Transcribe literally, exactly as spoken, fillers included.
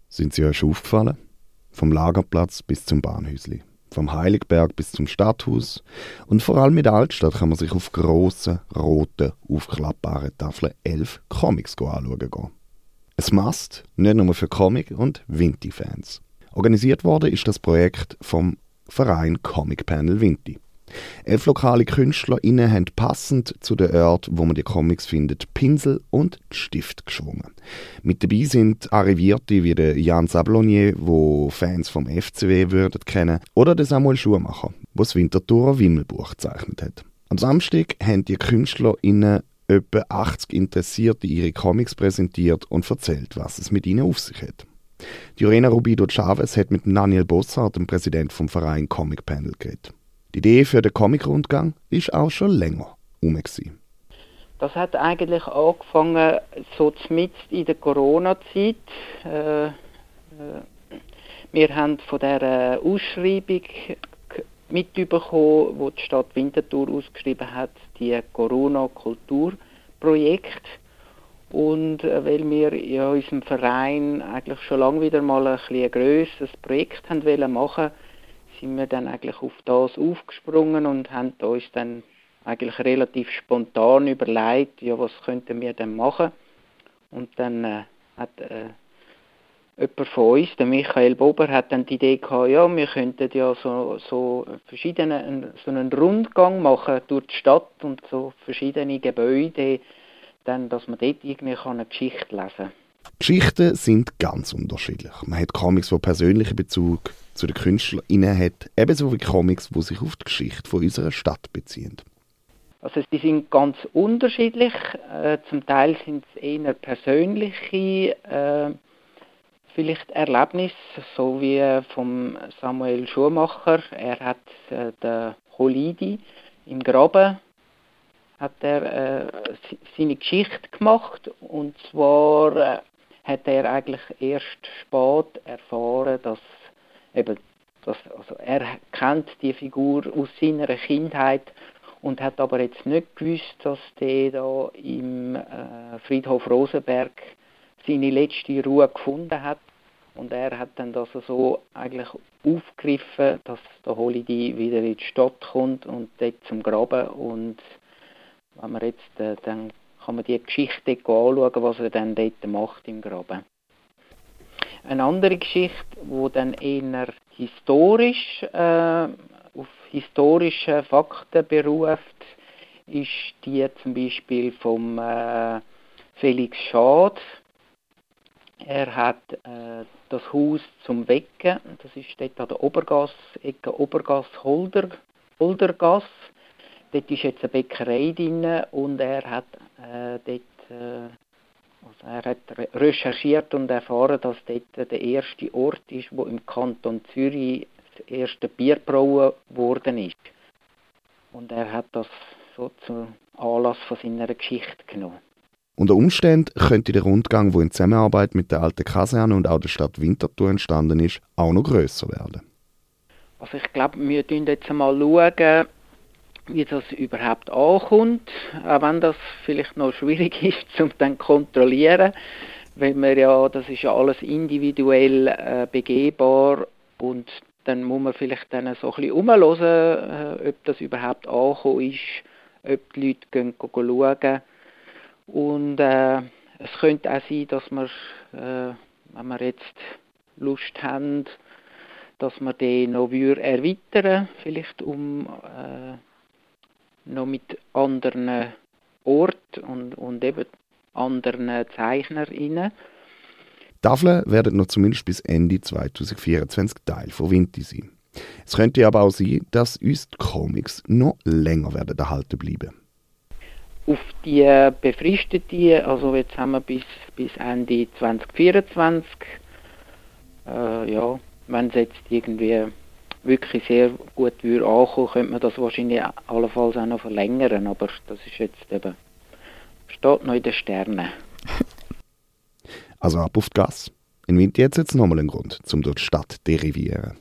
Sind sie euch schon aufgefallen? Vom Lagerplatz bis zum Bahnhäusli, vom Heiligberg bis zum Stadthaus und vor allem in der Altstadt kann man sich auf grossen, roten, aufklappbaren Tafeln elf Comics anschauen gehen. Ein Must, nicht nur für Comic- und Vinti-Fans. Organisiert worden ist das Projekt vom Verein Comic Panel Vinti. Elf lokale KünstlerInnen haben passend zu den Orten, wo man die Comics findet, Pinsel und Stift geschwungen. Mit dabei sind Arrivierte wie der Jan Sablonier, wo Fans vom F C W würden kennen, oder der Samuel Schumacher, der das Winterthurer Wimmelbuch gezeichnet hat. Am Samstag haben die KünstlerInnen etwa achtzig Interessierte ihre Comics präsentiert und erzählt, was es mit ihnen auf sich hat. Die Lorena Rubido Chavez hat mit Daniel Bossart, dem Präsident vom Verein Comic Panel, geredet. Die Idee für den Comic-Rundgang war auch schon länger herum. Das hat eigentlich angefangen so mitten in der Corona-Zeit. Äh, äh, wir haben von dieser Ausschreibung mitbekommen, die die Stadt Winterthur ausgeschrieben hat, die Corona-Kulturprojekt. Und äh, weil wir in unserem Verein eigentlich schon lange wieder mal ein, ein grösseres Projekt haben wollen machen, sind wir dann eigentlich auf das aufgesprungen und haben uns dann eigentlich relativ spontan überlegt, ja, was könnten wir denn machen. Und dann äh, hat äh, jemand von uns, der Michael Bober, hat dann die Idee gehabt, ja, wir könnten ja so, so verschiedene, so einen Rundgang machen durch die Stadt und so verschiedene Gebäude, dann, dass man dort irgendwie eine Geschichte lesen kann. Geschichten sind ganz unterschiedlich. Man hat Comics, die persönlichen Bezug zu den KünstlerInnen hat, ebenso wie Comics, die sich auf die Geschichte von unserer Stadt beziehen. Also die sind ganz unterschiedlich. Äh, zum Teil sind es eher persönliche äh, vielleicht Erlebnisse, so wie vom Samuel Schumacher. Er hat äh, den Holidi im Graben hat er äh, seine Geschichte gemacht, und zwar äh, hat er eigentlich erst spät erfahren, dass eben, dass, also er kennt die Figur aus seiner Kindheit und hat aber jetzt nicht gewusst, dass der da im äh, Friedhof Rosenberg seine letzte Ruhe gefunden hat, und er hat dann das so eigentlich aufgegriffen, dass der Holidi wieder in die Stadt kommt und dort zum Graben, und wenn man jetzt, äh, dann kann man die Geschichte anschauen, was er dann dort macht im Graben. Eine andere Geschichte, die dann eher historisch, äh, auf historische Fakten beruft, ist die zum Beispiel vom äh, Felix Schad. Er hat äh, das Haus zum Wecken, das ist dort an der Obergasse, Ecke Obergasse-Holder, Holdergasse. Dort ist jetzt eine Bäckerei drin, und er hat äh, dort äh, also er hat recherchiert und erfahren, dass dort der erste Ort ist, wo im Kanton Zürich das erste Bier gebraut worden ist. Und er hat das so zum Anlass von seiner Geschichte genommen. Unter Umständen könnte der Rundgang, der in Zusammenarbeit mit der alten Kaserne und auch der Stadt Winterthur entstanden ist, auch noch grösser werden. Also ich glaube, wir schauen jetzt mal schauen, wie das überhaupt ankommt, auch wenn das vielleicht noch schwierig ist, um dann zu kontrollieren, weil wir ja, das ist ja alles individuell äh, begehbar, und dann muss man vielleicht dann so ein bisschen umhören, äh, ob das überhaupt angekommen ist, ob die Leute gehen, gehen schauen. Und äh, es könnte auch sein, dass wir, äh, wenn wir jetzt Lust haben, dass wir den noch erweitern, vielleicht um äh, noch mit anderen Orten und, und eben anderen ZeichnerInnen. Die Tafeln werden noch zumindest bis Ende zwanzig vierundzwanzig Teil von Vinti sein. Es könnte aber auch sein, dass uns die Comics noch länger werden erhalten bleiben. Auf die befristete, also jetzt haben wir bis, bis Ende zwanzig vierundzwanzig, äh, ja, wenn es jetzt irgendwie wirklich sehr gut würde ankommen, könnte man das wahrscheinlich allenfalls auch noch verlängern, aber das ist jetzt eben, steht noch in den Sternen. Also ab auf die Gasse. In Vinti hat es jetzt nochmal einen Grund, um durch die Stadt zu derivieren.